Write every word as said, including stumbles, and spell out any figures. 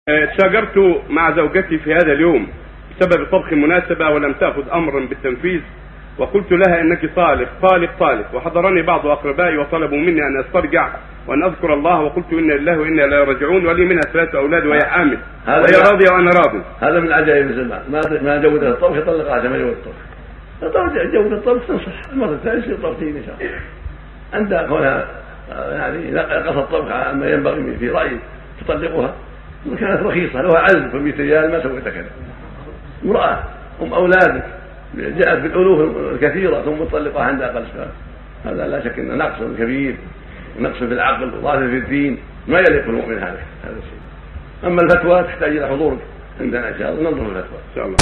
شاجرت مع زوجتي في هذا اليوم بسبب طبخ مناسبة ولم تأخذ أمرا بالتنفيذ، وقلت لها إنك طالق طالق طالق، وحضرني بعض أقربائي وطلبوا مني أن أسترجع وأن أذكر الله، وقلت إنا لله وإنا إليه راجعون، ولي منها ثلاثة أولاد وهي حامل وهي راضية وأنا راضي. هذا من عجائب الزمان، ما ما جودة الطبخ يطلقها كما جودة الطبخ. جودة الطبخ تصح، المرة الثانية يصير طبختين إن شاء الله. عند كونها يعني نقص الطبخ عما ينبغي في رأيي تطلقها، كانت رخيصة لها عزم في مئة ريال ما سويت كذا. امرأة أم أولادك جاءت بالألوف الكثيرة ثم تطلقها عند أقل سبب، هذا لا شك أنه نقص كبير، نقص في العقل وضعف في الدين، ما يليق بالمؤمن هذا هذا الشيء. أما الفتوى تحتاج إلى حضورك عندنا إن شاء الله، ننظر الفتوى إن شاء الله.